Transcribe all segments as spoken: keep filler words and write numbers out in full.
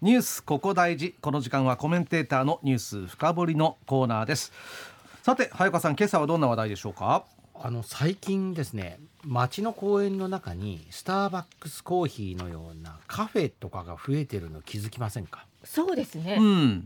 ニュースここ大事。この時間はコメンテーターのニュース深掘りのコーナーです。さて早川さん、今朝はどんな話題でしょうか？ あの最近ですね、街の公園の中にスターバックスコーヒーのようなカフェとかが増えてるの気づきませんか？ そうですね、 うん、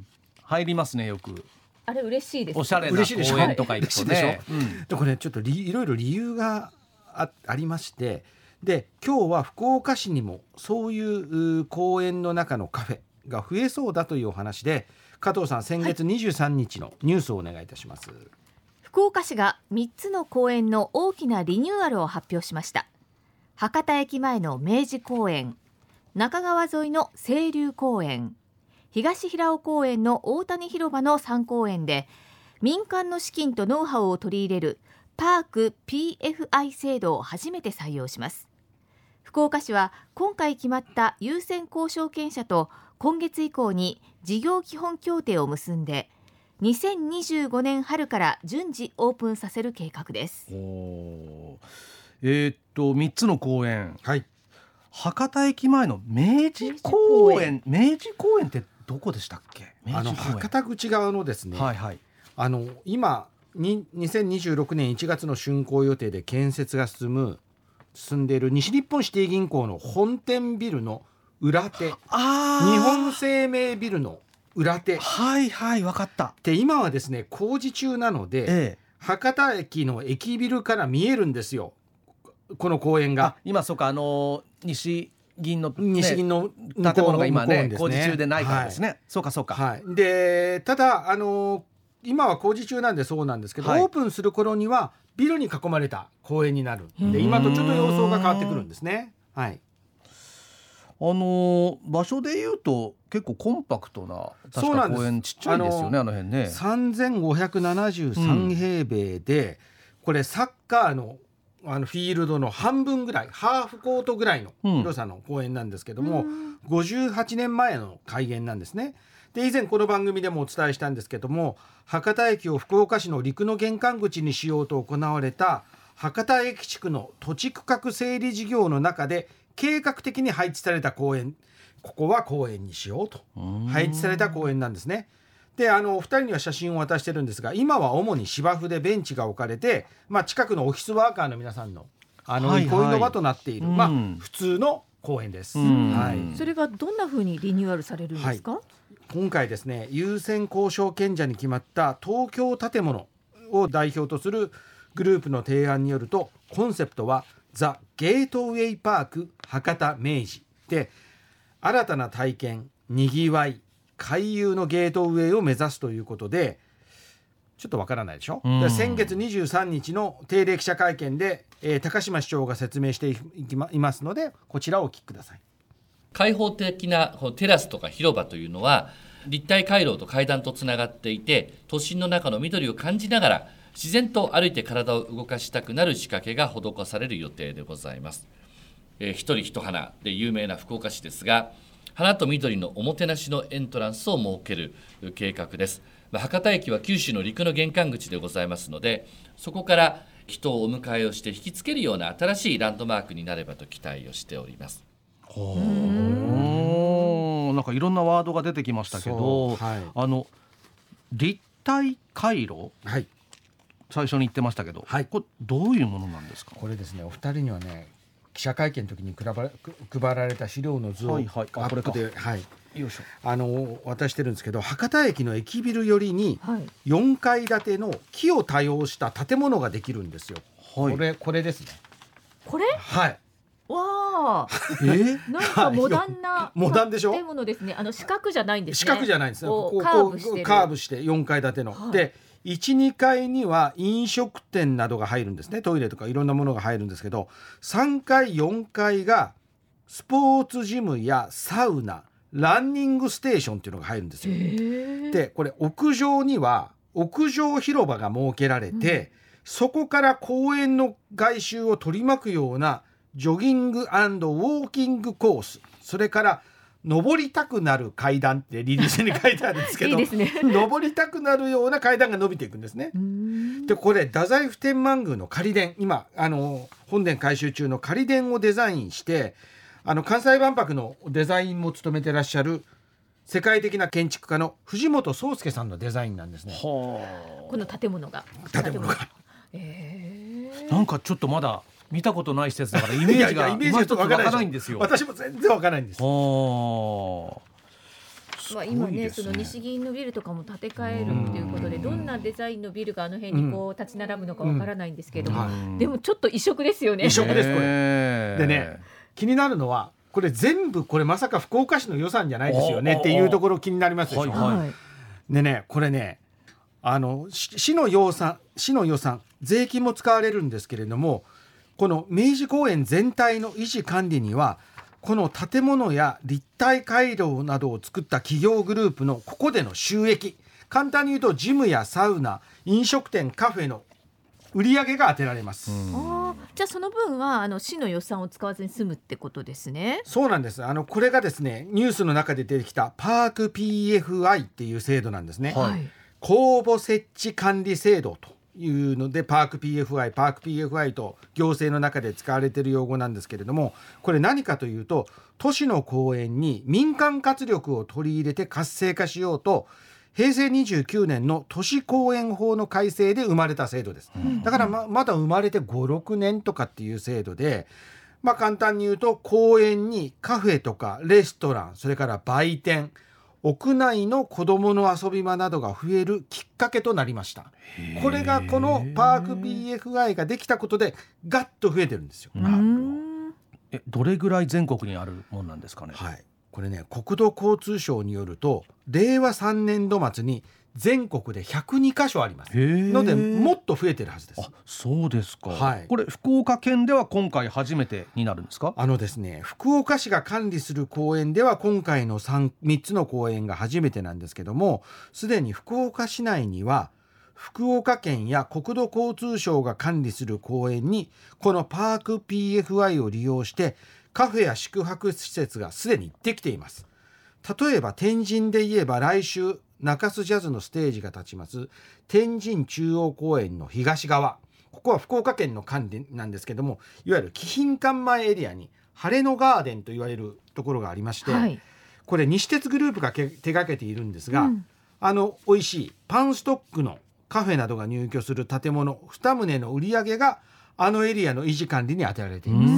入りますね。よくあれ嬉しいです。 おしゃれな公園とか行くとね。 でこれちょっといろいろ理由が あ, ありまして、で今日は福岡市にもそういう公園の中のカフェが増えそうだというお話で、加藤さん、先月にじゅうさんにちのニュースをお願いいたします。はい、 福岡市がみっつの公園の大きなリニューアルを発表しました。博多駅前の明治公園、中川沿いの清流公園、東平尾公園の大谷広場のさん公園で民間の資金とノウハウを取り入れるパーク ピーエフアイ 制度を初めて採用します。福岡市は今回決まった優先交渉権者と今月以降に事業基本協定を結んでにせんにじゅうごねん春から順次オープンさせる計画です。 おえー、っとみっつの公園、 はい、 博多駅前の明治公園、明治公園ってどこでしたっけ？ あの博多口側のですね、 はいはい、 あの今ににせんにじゅうろくねんいちがつの竣工予定で建設が進む進んでいる西日本シティ銀行の本店ビルの裏手、 あ日本生命ビルの裏手、 はいはい分かった。 で今はですね工事中なので、ええ、博多駅の駅ビルから見えるんですよ、この公園が。 今そうか、あの西銀の、ね、 西銀の建物が今 ね, ね工事中でないからですね、はい、そうかそうか、 はい、でただあの今は工事中なんでそうなんですけど、はい、オープンする頃にはビルに囲まれた公園になるで、今とちょっと様相が変わってくるんですね。はい、 あのー、場所でいうと結構コンパクトな確か公園、ちっちゃいですよね、あの辺ね。 さんぜんごひゃくななじゅうさん平米で、うん、これサッカーのあのフィールドの半分ぐらい、ハーフコートぐらいの広さの公園なんですけども、うん、ごじゅうはちねんまえの開園なんですね。で以前この番組でもお伝えしたんですけども、博多駅を福岡市の陸の玄関口にしようと行われた博多駅地区の土地区画整理事業の中で計画的に配置された公園、ここは公園にしようと配置された公園なんですね。であのお二人には写真を渡してるんですが、今は主に芝生でベンチが置かれて、まあ、近くのオフィスワーカーの皆さんのあの憩いの場となっている、まあ、普通の公園です。はい、 それがどんな風にリニューアルされるんですか？はい、 今回ですね、優先交渉権者に決まった東京建物を代表とするグループの提案によると、コンセプトはザ・ゲートウェイパーク博多明治で、新たな体験、にぎわい、回遊のゲートウェイを目指すということで、ちょっとわからないでしょ。で先月にじゅうさんにちの定例記者会見で、えー、高島市長が説明していきま、いますので、こちらをお聞きください。 開放的なテラスとか広場というのは立体回廊と階段とつながっていて、都心の中の緑を感じながら自然と歩いて体を動かしたくなる仕掛けが施される予定でございます。えー、一人一花で有名な福岡市ですが、花と緑のおもてなしのエントランスを設ける計画です。博多駅は九州の陸の玄関口でございますので、そこから人をお迎えをして引きつけるような新しいランドマークになればと期待をしております。 ほー、なんかいろんなワードが出てきましたけど、はい、あの立体回廊、はい、最初に言ってましたけど、はい、これどういうものなんですか？ これですね、お二人にはね、記者会見の時に配ら、配られた資料の図をアップで、はい、よいしょ、あの渡してるんですけど、博多駅の駅ビル寄りによんかい建ての木を多用した建物ができるんですよ。はい、これ、これですね。 これ、 はい、 わー、えなんかモダンなモダンでしょ。 建物ですね。あの四角じゃないんですね。 四角じゃないんですね。 こうカーブしてる、 カーブしてよんかい建ての、はい、でいち、にかいには飲食店などが入るんですね。トイレとかいろんなものが入るんですけど、さんかい、よんかいがスポーツジムやサウナ、ランニングステーションっていうのが入るんですよ。でこれ屋上には屋上広場が設けられて、うん、そこから公園の外周を取り巻くようなジョギング&ウォーキングコース、それから登りたくなる階段ってリリースに書いてあるんですけどいいですね、 登りたくなるような階段が伸びていくんですね。でこれ太宰府天満宮の仮殿、今あの本殿改修中の仮殿をデザインして、あの関西万博のデザインも務めてらっしゃる世界的な建築家の藤本壮介さんのデザインなんですね。 この建物が建物が、 えー、 なんかちょっとまだ見たことない施設だからイメージがイメージがちょっとわからないんですよ。 私も全然わからないんです。 まあ、今ね、その日銀のビルとかも建て替えるっていうことで、どんなデザインのビルがあの辺にこう立ち並ぶのかわからないんですけれども、うんうん、でもちょっと異色ですよね。 異色ですこれ。でね、気になるのはこれ全部これまさか福岡市の予算じゃないですよねっていうところ気になりますでしょ。はいはい、でね、これね、あの市の予算市の予算税金も使われるんですけれども、この明治公園全体の維持管理にはこの建物や立体回廊などを作った企業グループのここでの収益、簡単に言うとジムやサウナ、飲食店、カフェの売り上げが当てられます。 あ、じゃあその分はあの市の予算を使わずに済むってことですね。 そうなんです。あのこれがですね、ニュースの中で出てきたパーク ピーエフアイ っていう制度なんですね。はい、公募設置管理制度というので、パーク ピーエフアイ パーク ピーエフアイ と行政の中で使われている用語なんですけれども、これ何かというと、都市の公園に民間活力を取り入れて活性化しようと、へいせいにじゅうきゅうねんの都市公園法の改正で生まれた制度です。だから ま, まだ生まれてご、ろくねんとかっていう制度で、まあ、簡単に言うと公園にカフェとかレストラン、それから売店、屋内の子どもの遊び場などが増えるきっかけとなりました。これがこのパーク ピーエフアイ ができたことでガッと増えてるんですよ。 え、どれぐらい全国にあるもんなんですかね。 はい、これね、国土交通省によるとれいわさんねんど末に全国でひゃくにかしょありますので、もっと増えてるはずです。 あ、そうですか。 はい、 これ福岡県では今回初めてになるんですか。 あのですね、福岡市が管理する公園では今回の 3, みっつの公園が初めてなんですけども、すでに福岡市内には福岡県や国土交通省が管理する公園にこのパーク ピーエフアイ を利用してカフェや宿泊施設がすでにできています。例えば天神で言えば来週中洲ジャズのステージが立ちます天神中央公園の東側、ここは福岡県の管理なんですけども、いわゆる貴賓館前エリアに晴れのガーデンと言われるところがありまして、はい、これ西鉄グループが手掛けているんですが、うん、あの美味しいパンストックのカフェなどが入居する建物に棟の売り上げがあのエリアの維持管理に充てられています。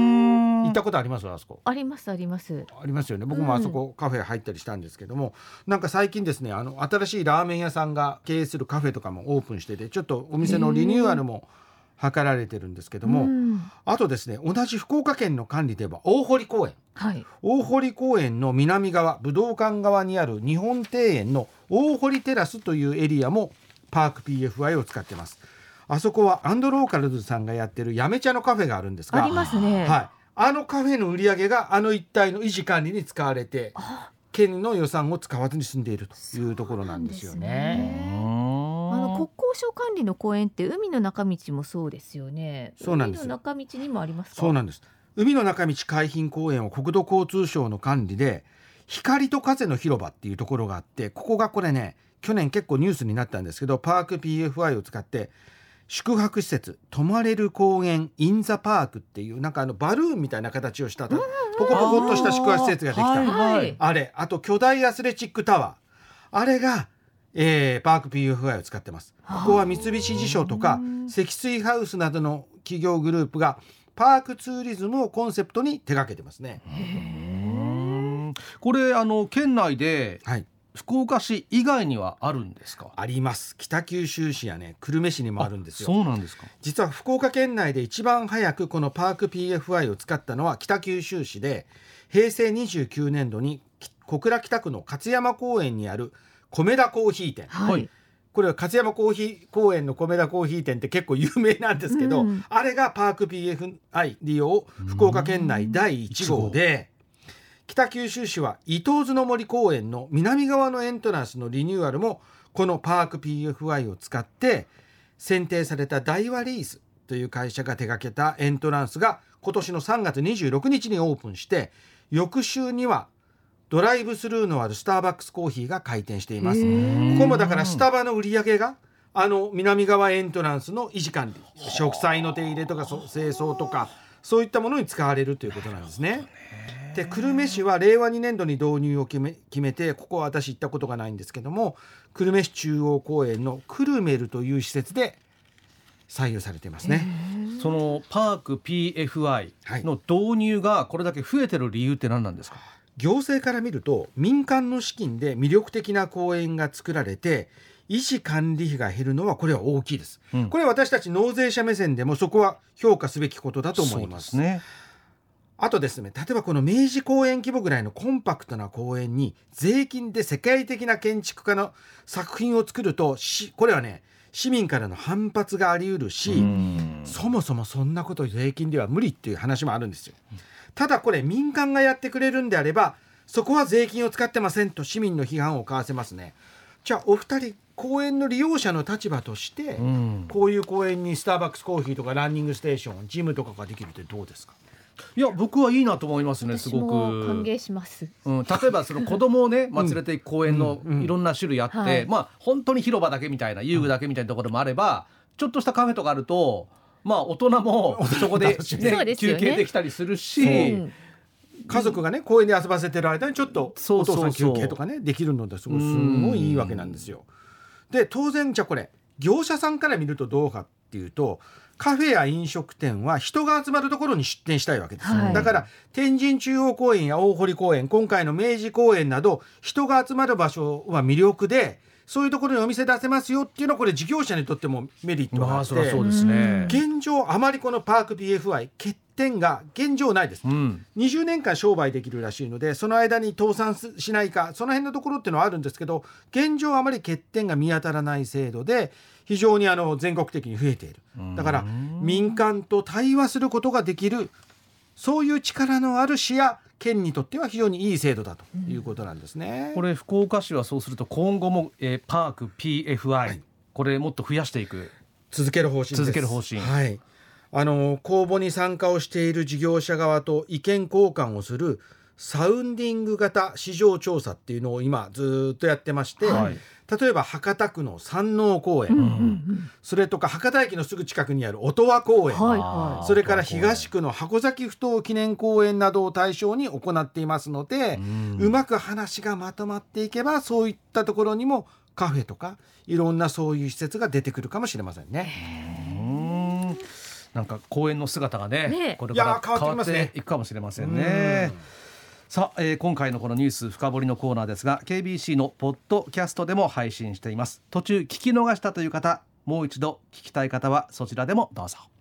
行ったことあります？あそこ。 ありますありますありますよね。僕もあそこカフェ入ったりしたんですけども、うん、なんか最近ですね、あの新しいラーメン屋さんが経営するカフェとかもオープンしてて、ちょっとお店のリニューアルも図られてるんですけども、うん、あとですね、同じ福岡県の管理では大堀公園、はい、大堀公園の南側武道館側にある日本庭園の大堀テラスというエリアもパーク ピーエフアイ を使ってます。あそこはアンドローカルズさんがやってるやめ茶のカフェがあるんですが、 ありますね。 はい、あのカフェの売り上げがあの一帯の維持管理に使われて、県の予算を使わずに済んでいるというところなんですよね。 あの国交省管理の公園って海の中道もそうですよね。 そうなんです。 海の中道にもありますか？ そうなんです。海の中道海浜公園は国土交通省の管理で光と風の広場っていうところがあって、ここがこれね、去年結構ニュースになったんですけど、パーク ピーエフアイ を使って宿泊施設泊まれる公園インザパークっていうなんかあのバルーンみたいな形をしたポコポコっとした宿泊施設ができた、はいはい、あれ、あと巨大アスレチックタワー、あれが、えー、パーク ピーエフアイ を使ってます。ここは三菱地所とか積水ハウスなどの企業グループがパークツーリズムをコンセプトに手掛けてますね。 へー、これあの県内で、はい、福岡市以外にはあるんですか？ あります。北九州市やね、久留米市にもあるんですよ。 そうなんですか。 実は福岡県内で一番早くこのパーク ピーエフアイ を使ったのは北九州市で、へいせいにじゅうきゅうねんどに小倉北区の勝山公園にある米田コーヒー店、はい、これは勝山コーヒー公園の米田コーヒー店って結構有名なんですけど、うん、あれがパーク ピーエフアイ 利用福岡県内だいいち号で、北九州市は伊東津の森公園の南側のエントランスのリニューアルもこのパーク ピーエフアイ を使って選定された大和リースという会社が手掛けたエントランスが今年のさんがつにじゅうろくにちにオープンして、翌週にはドライブスルーのあるスターバックスコーヒーが開店しています。ここもだからスタバの売り上げがあの南側エントランスの維持管理、植栽の手入れとか清掃とかそういったものに使われるということなんですね。 で久留米市はれいわにねんどに導入を決め、決めて、ここは私行ったことがないんですけども、久留米市中央公園のクルメルという施設で採用されていますね。 そのパーク ピーエフアイ の導入がこれだけ増えてる理由って何なんですか？ 行政から見ると、民間の資金で魅力的な公園が作られて維持管理費が減るのはこれは大きいです、うん、これは私たち納税者目線でもそこは評価すべきことだと思います。 そうですね。 あとですね、例えばこの明治公園規模ぐらいのコンパクトな公園に税金で世界的な建築家の作品を作ると、これはね、市民からの反発があり得るし、そもそもそんなこと税金では無理っていう話もあるんですよ。ただこれ民間がやってくれるんであれば、そこは税金を使ってませんと市民の批判をかわせますね。じゃあお二人、公園の利用者の立場として、うん、こういう公園にスターバックスコーヒーとかランニングステーション、ジムとかができるってどうですか？ いや、僕はいいなと思いますね。すごく私も歓迎します、 うん、例えばその子供をね、まあ、連れて行く公園のいろんな種類あって、うんうんうん、まあ、本当に広場だけみたいな、遊具だけみたいなところもあれば、ちょっとしたカフェとかあると、まあ、大人もそこで、ね、休憩できたりするし、 家族がね公園で遊ばせてる間にちょっとお父さん休憩とかねできるのですごいすごいいいわけなんですよ。で当然じゃあこれ業者さんから見るとどうかっていうと、カフェや飲食店は人が集まるところに出店したいわけです、はい、だから天神中央公園や大堀公園、今回の明治公園など人が集まる場所は魅力で、そういうところにお店出せますよっていうのはこれ事業者にとってもメリットがあって、まあ、そうですね、現状あまりこのパーク ピーエフアイ 欠点が現状ないです、うん、にじゅうねんかん商売できるらしいので、その間に倒産しないか、その辺のところっていうのはあるんですけど、現状あまり欠点が見当たらない制度で非常にあの全国的に増えている。だから民間と対話することができる、そういう力のある市や県にとっては非常にいい制度だということなんですね、 うん、これ福岡市はそうすると今後も、えー、パーク ピーエフアイ、はい、これもっと増やしていく、 続ける方針です。 続ける方針、 はい、あの公募に参加をしている事業者側と意見交換をするサウンディング型市場調査っていうのを今ずっとやってまして、はい、例えば博多区の山王公園、うんうんうん、それとか博多駅のすぐ近くにある音羽公園、はいはい、それから東区の箱崎ふ頭記念公園などを対象に行っていますので、うん、うまく話がまとまっていけばそういったところにもカフェとかいろんなそういう施設が出てくるかもしれませんね。 うん、なんか公園の姿が ね, ねこれから変わっていくかもしれませんね。さあ、えー、今回のこのニュース深掘りのコーナーですが ケービーシー のポッドキャストでも配信しています。途中聞き逃したという方、もう一度聞きたい方はそちらでもどうぞ。